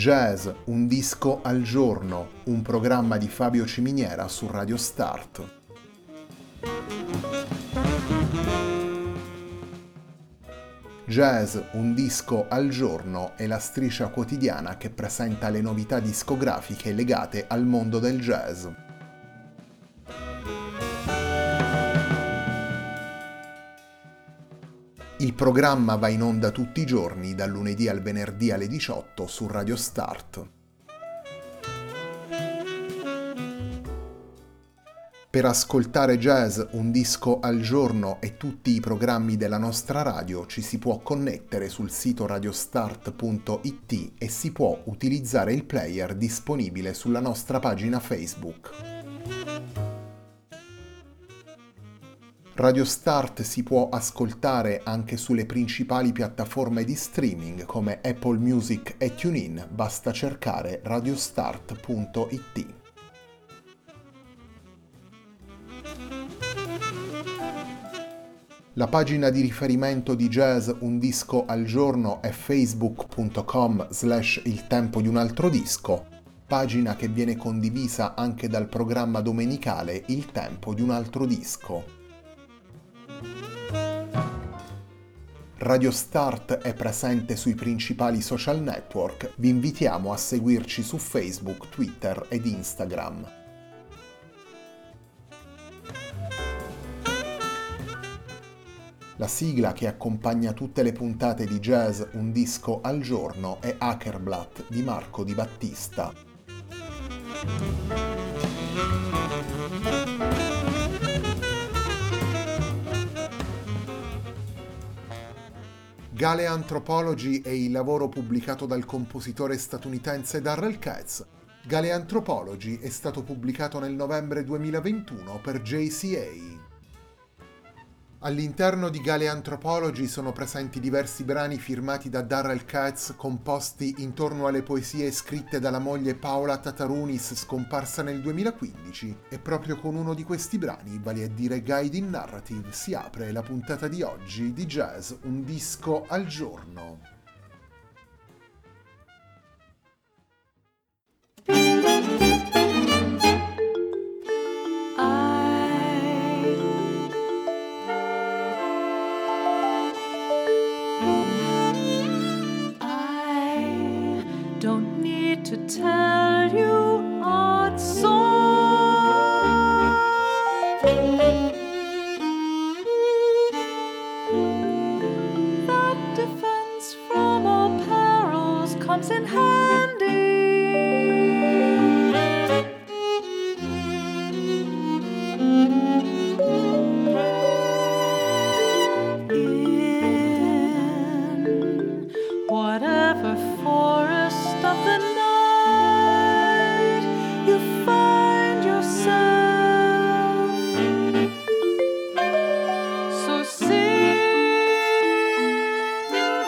Jazz, un disco al giorno, un programma di Fabio Ciminiera su Radio Start. Jazz, un disco al giorno è la striscia quotidiana che presenta le novità discografiche legate al mondo del jazz. Il programma va in onda tutti i giorni, dal lunedì al venerdì alle 18 su Radio Start. Per ascoltare Jazz, un disco al giorno e tutti i programmi della nostra radio ci si può connettere sul sito radiostart.it e si può utilizzare il player disponibile sulla nostra pagina Facebook. Radio Start si può ascoltare anche sulle principali piattaforme di streaming come Apple Music e TuneIn, basta cercare radiostart.it. La pagina di riferimento di Jazz Un Disco al Giorno è facebook.com/il tempo di un altro disco, pagina che viene condivisa anche dal programma domenicale Il tempo di un altro disco. Radio Start è presente sui principali social network, vi invitiamo a seguirci su Facebook, Twitter ed Instagram. La sigla che accompagna tutte le puntate di Jazz Un Disco al Giorno è Hackerblatt di Marco Di Battista. Gale Anthropology è il lavoro pubblicato dal compositore statunitense Darrell Katz. Gale Anthropology è stato pubblicato nel novembre 2021 per JCA. All'interno di Gale Anthropology sono presenti diversi brani firmati da Darrell Katz, composti intorno alle poesie scritte dalla moglie Paola Tatarunis, scomparsa nel 2015, e proprio con uno di questi brani, vale a dire Guiding Narrative, si apre la puntata di oggi di Jazz Un Disco al Giorno. To tell you our song, that defense from all perils comes in handy. In whatever forest of the night you find yourself, so sing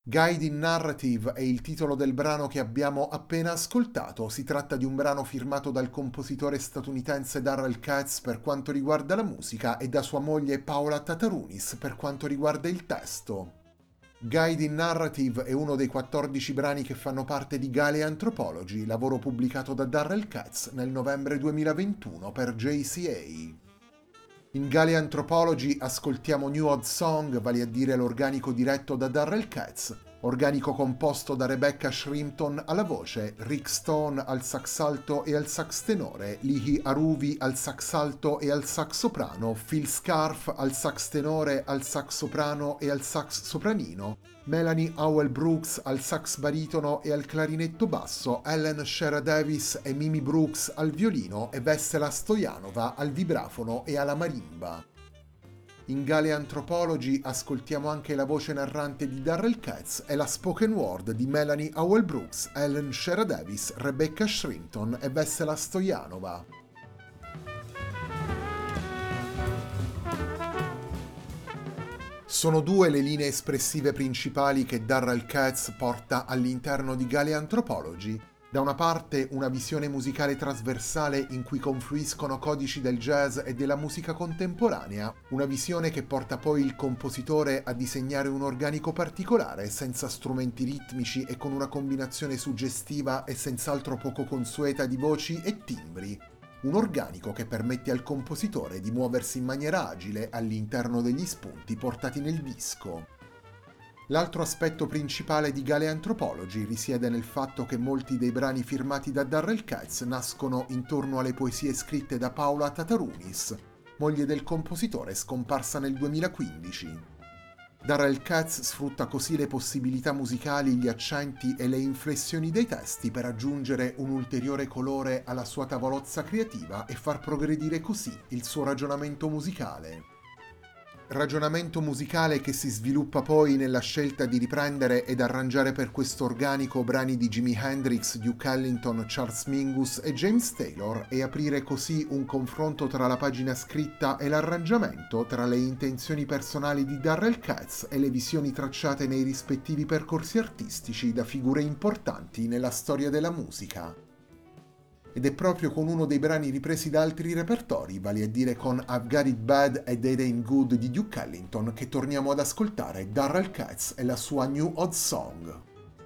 Guiding Narrative è il titolo del brano che abbiamo appena ascoltato. Si tratta di un brano firmato dal compositore statunitense Darrell Katz per quanto riguarda la musica e da sua moglie Paola Tatarunis per quanto riguarda il testo. Guiding Narrative è uno dei 14 brani che fanno parte di Galea Anthropology, lavoro pubblicato da Darrell Katz nel novembre 2021 per JCA. In Galea Anthropology ascoltiamo New Odd Song, vale a dire l'organico diretto da Darrell Katz, organico composto da Rebecca Shrimpton alla voce, Rick Stone al sax alto e al sax tenore, Lihi Aruvi al sax alto e al sax soprano, Phil Scarf al sax tenore, al sax soprano e al sax sopranino, Melanie Howell Brooks al sax baritono e al clarinetto basso, Ellen Shera Davis e Mimi Brooks al violino e Vessela Stojanova al vibrafono e alla marimba. In Galea Anthropology ascoltiamo anche la voce narrante di Darrell Katz e la spoken word di Melanie Howell Brooks, Ellen Shera Davis, Rebecca Shrimpton e Vessela Stojanova. Sono due le linee espressive principali che Darrell Katz porta all'interno di Galea Anthropology. Da una parte una visione musicale trasversale in cui confluiscono codici del jazz e della musica contemporanea, una visione che porta poi il compositore a disegnare un organico particolare, senza strumenti ritmici e con una combinazione suggestiva e senz'altro poco consueta di voci e timbri. Un organico che permette al compositore di muoversi in maniera agile all'interno degli spunti portati nel disco. L'altro aspetto principale di Galea Anthropology risiede nel fatto che molti dei brani firmati da Darrell Katz nascono intorno alle poesie scritte da Paola Tatarunis, moglie del compositore scomparsa nel 2015. Darrell Katz sfrutta così le possibilità musicali, gli accenti e le inflessioni dei testi per aggiungere un ulteriore colore alla sua tavolozza creativa e far progredire così il suo ragionamento musicale. Ragionamento musicale che si sviluppa poi nella scelta di riprendere ed arrangiare per questo organico brani di Jimi Hendrix, Duke Ellington, Charles Mingus e James Taylor e aprire così un confronto tra la pagina scritta e l'arrangiamento, tra le intenzioni personali di Darrell Katz e le visioni tracciate nei rispettivi percorsi artistici da figure importanti nella storia della musica. Ed è proprio con uno dei brani ripresi da altri repertori, vale a dire con I've Got It Bad e Dead Ain't Good di Duke Ellington, che torniamo ad ascoltare Darrell Katz e la sua New Odd Song.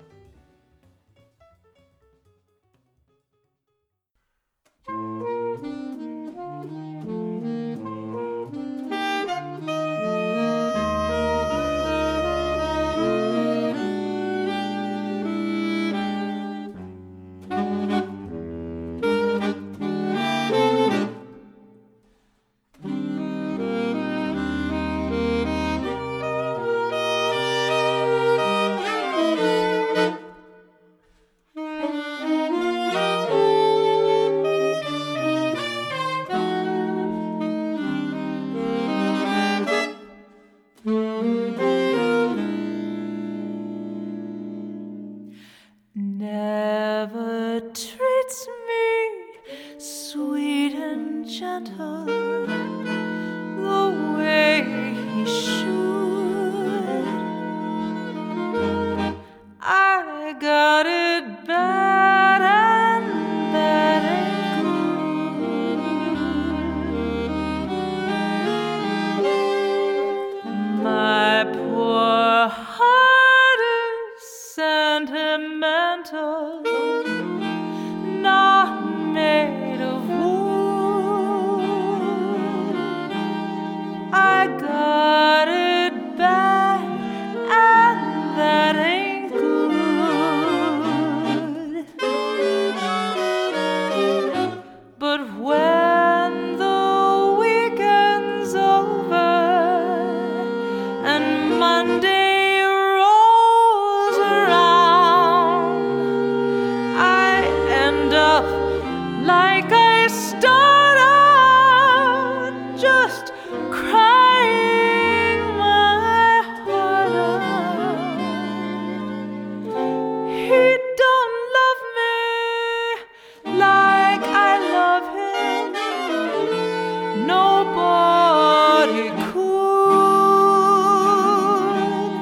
Never treats me sweet and gentle the way he should. I got it bad and that ain't good. My poor heart is sentimental, not made of wood. I got it bad and that ain't good. But when the weekend's over and Monday rolls around, I end up like I start out, just crying my heart out. He don't love me like I love him. Nobody could.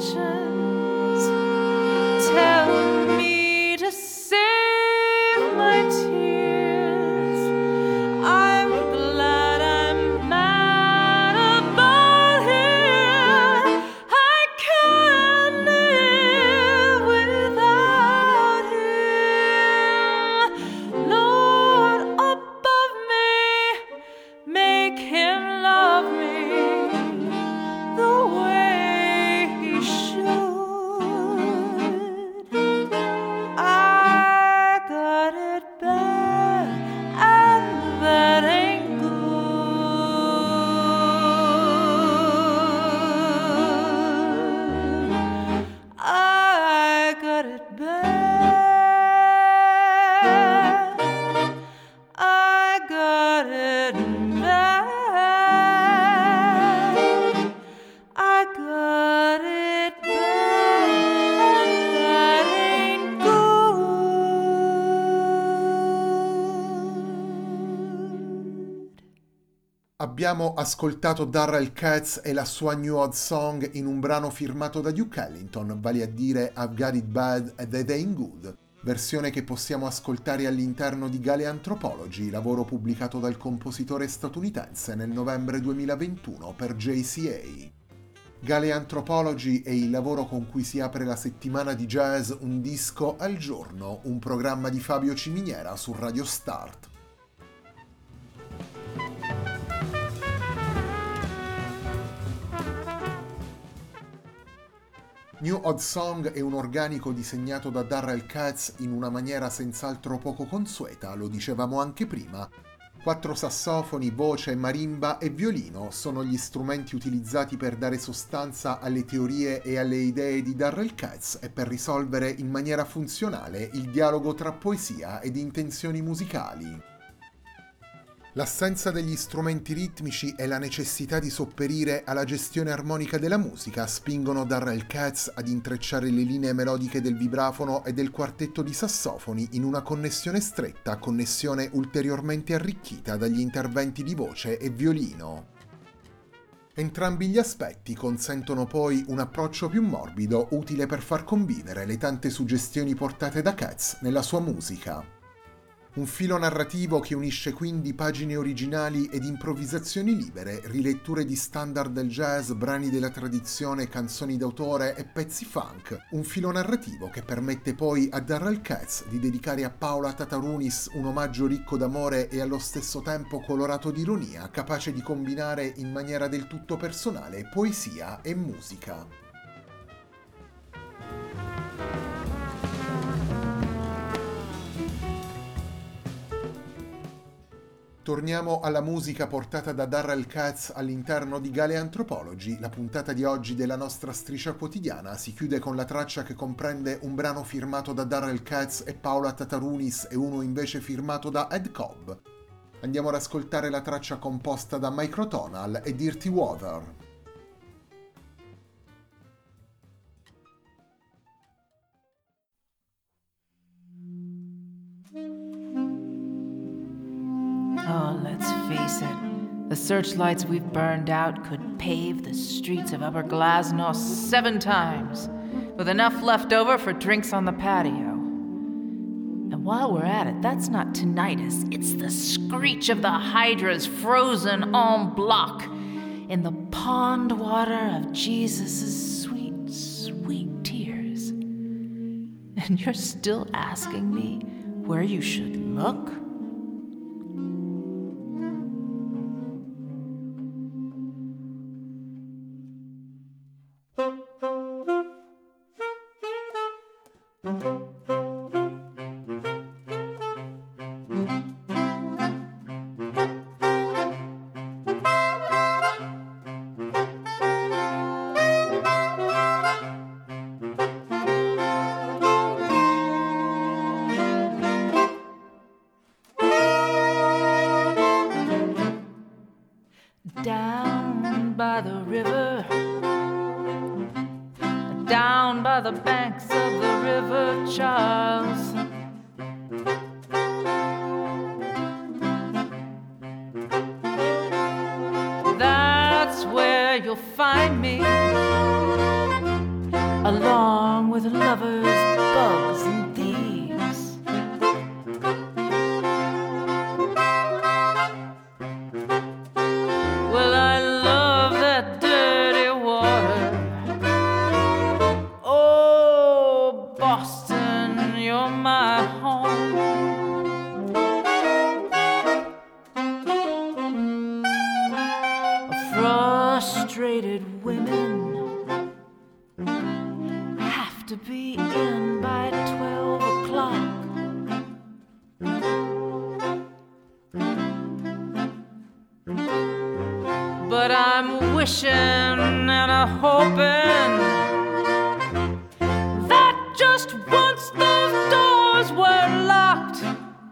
intentions. Tell me to save my tears. I'm glad I'm mad about him. I can't live without him. Lord above me, make him love me the way he should. I got it bad, and that ain't good. I got it bad. I got it bad. I got it bad, and that ain't good. Abbiamo ascoltato Darrell Katz e la sua New Odd Song in un brano firmato da Duke Ellington, vale a dire I've Got It Bad and That Ain't Good, versione che possiamo ascoltare all'interno di Gale Anthropology, lavoro pubblicato dal compositore statunitense nel novembre 2021 per JCA. Gale Anthropology è il lavoro con cui si apre la settimana di jazz Un disco al giorno, un programma di Fabio Ciminiera su Radio Start. New Odd Song è un organico disegnato da Darrell Katz in una maniera senz'altro poco consueta, lo dicevamo anche prima. 4 sassofoni, voce, marimba e violino sono gli strumenti utilizzati per dare sostanza alle teorie e alle idee di Darrell Katz e per risolvere in maniera funzionale il dialogo tra poesia ed intenzioni musicali. L'assenza degli strumenti ritmici e la necessità di sopperire alla gestione armonica della musica spingono Darrell Katz ad intrecciare le linee melodiche del vibrafono e del quartetto di sassofoni in una connessione stretta, connessione ulteriormente arricchita dagli interventi di voce e violino. Entrambi gli aspetti consentono poi un approccio più morbido, utile per far convivere le tante suggestioni portate da Katz nella sua musica. Un filo narrativo che unisce quindi pagine originali ed improvvisazioni libere, riletture di standard del jazz, brani della tradizione, canzoni d'autore e pezzi funk. Un filo narrativo che permette poi a Darrell Katz di dedicare a Paola Tatarunis un omaggio ricco d'amore e allo stesso tempo colorato di ironia, capace di combinare in maniera del tutto personale poesia e musica. Torniamo alla musica portata da Darrell Katz all'interno di Gale Anthropology. La puntata di oggi della nostra striscia quotidiana si chiude con la traccia che comprende un brano firmato da Darrell Katz e Paola Tatarunis e uno invece firmato da Ed Cobb. Andiamo ad ascoltare la traccia composta da Microtonal e Dirty Water. Oh, let's face it, the searchlights we've burned out could pave the streets of Upper Glasnost 7 times, with enough left over for drinks on the patio. And while we're at it, that's not tinnitus, it's the screech of the hydras frozen en bloc in the pond water of Jesus' sweet, sweet tears. And you're still asking me where you should look? Down by the river, down by the banks of the River Charles, that's where you'll find me, along with lovers, bugs, and thieves. Well, I love that dirty water. Oh, Boston, you're my home. Frustrated women have to be in by 12 o'clock. But I'm wishing and I'm hoping that just once those doors were locked,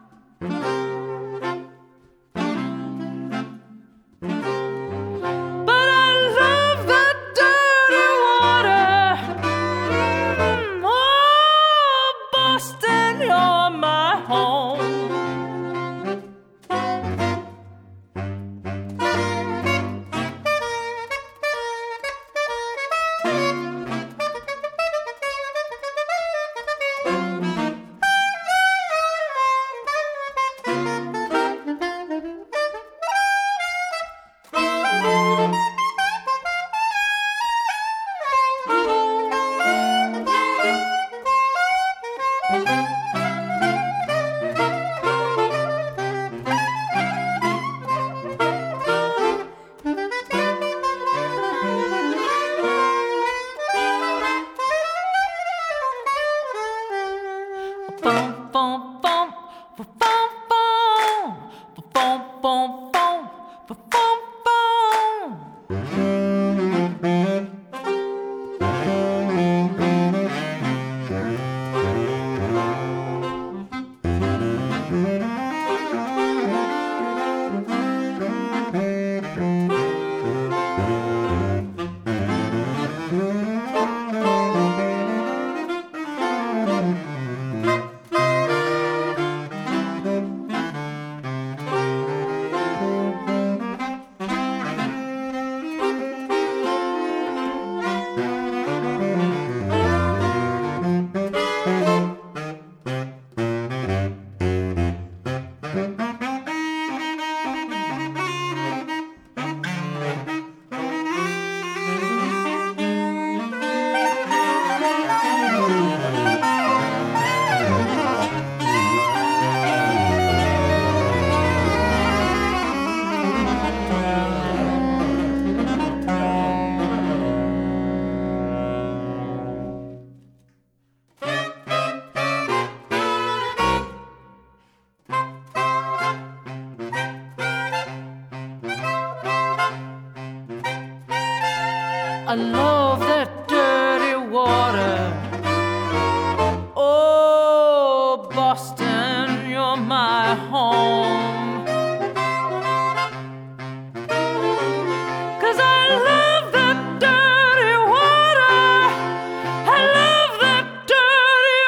I love that dirty water. Oh, Boston, you're my home. 'Cause I love that dirty water. I love that dirty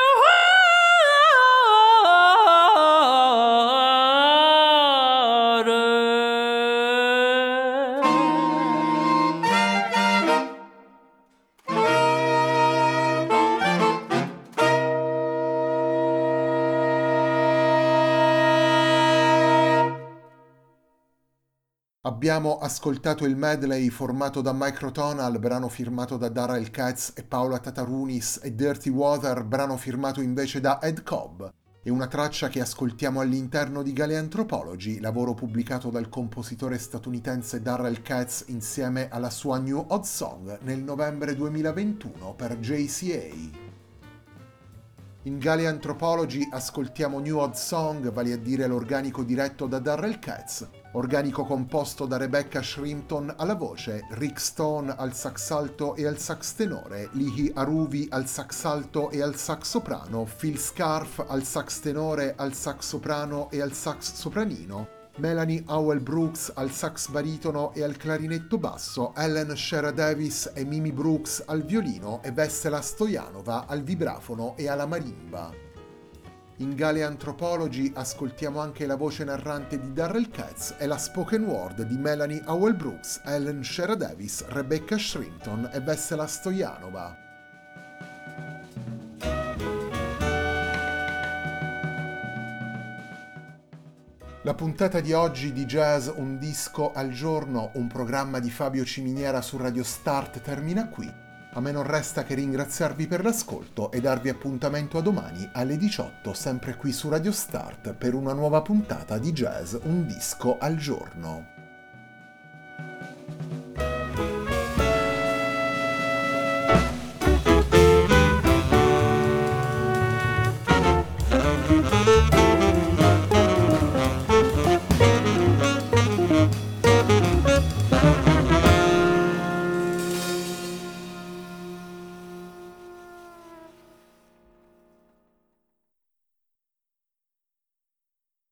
Abbiamo ascoltato il medley formato da Mike Rotonal, brano firmato da Darrell Katz e Paola Tatarunis, e Dirty Water, brano firmato invece da Ed Cobb, e una traccia che ascoltiamo all'interno di Galeanthropology, lavoro pubblicato dal compositore statunitense Darrell Katz insieme alla sua New Odd Song nel novembre 2021 per JCA. In Galeanthropology ascoltiamo New Odd Song, vale a dire l'organico diretto da Darrell Katz, organico composto da Rebecca Shrimpton alla voce, Rick Stone al sax alto e al sax tenore, Lihi Aruvi al sax alto e al sax soprano, Phil Scarf al sax tenore, al sax soprano e al sax sopranino, Melanie Howell Brooks al sax baritono e al clarinetto basso, Ellen Shera Davis e Mimi Brooks al violino e Vessela Stojanova al vibrafono e alla marimba. In Galeanthropology ascoltiamo anche la voce narrante di Darrell Katz e la spoken word di Melanie Howell Brooks, Ellen Shera Davis, Rebecca Shrimpton e Vessela Stojanova. La puntata di oggi di Jazz Un Disco al Giorno, un programma di Fabio Ciminiera su Radio Start, termina qui. A me non resta che ringraziarvi per l'ascolto e darvi appuntamento a domani alle 18, sempre qui su Radio Start, per una nuova puntata di Jazz Un Disco al Giorno.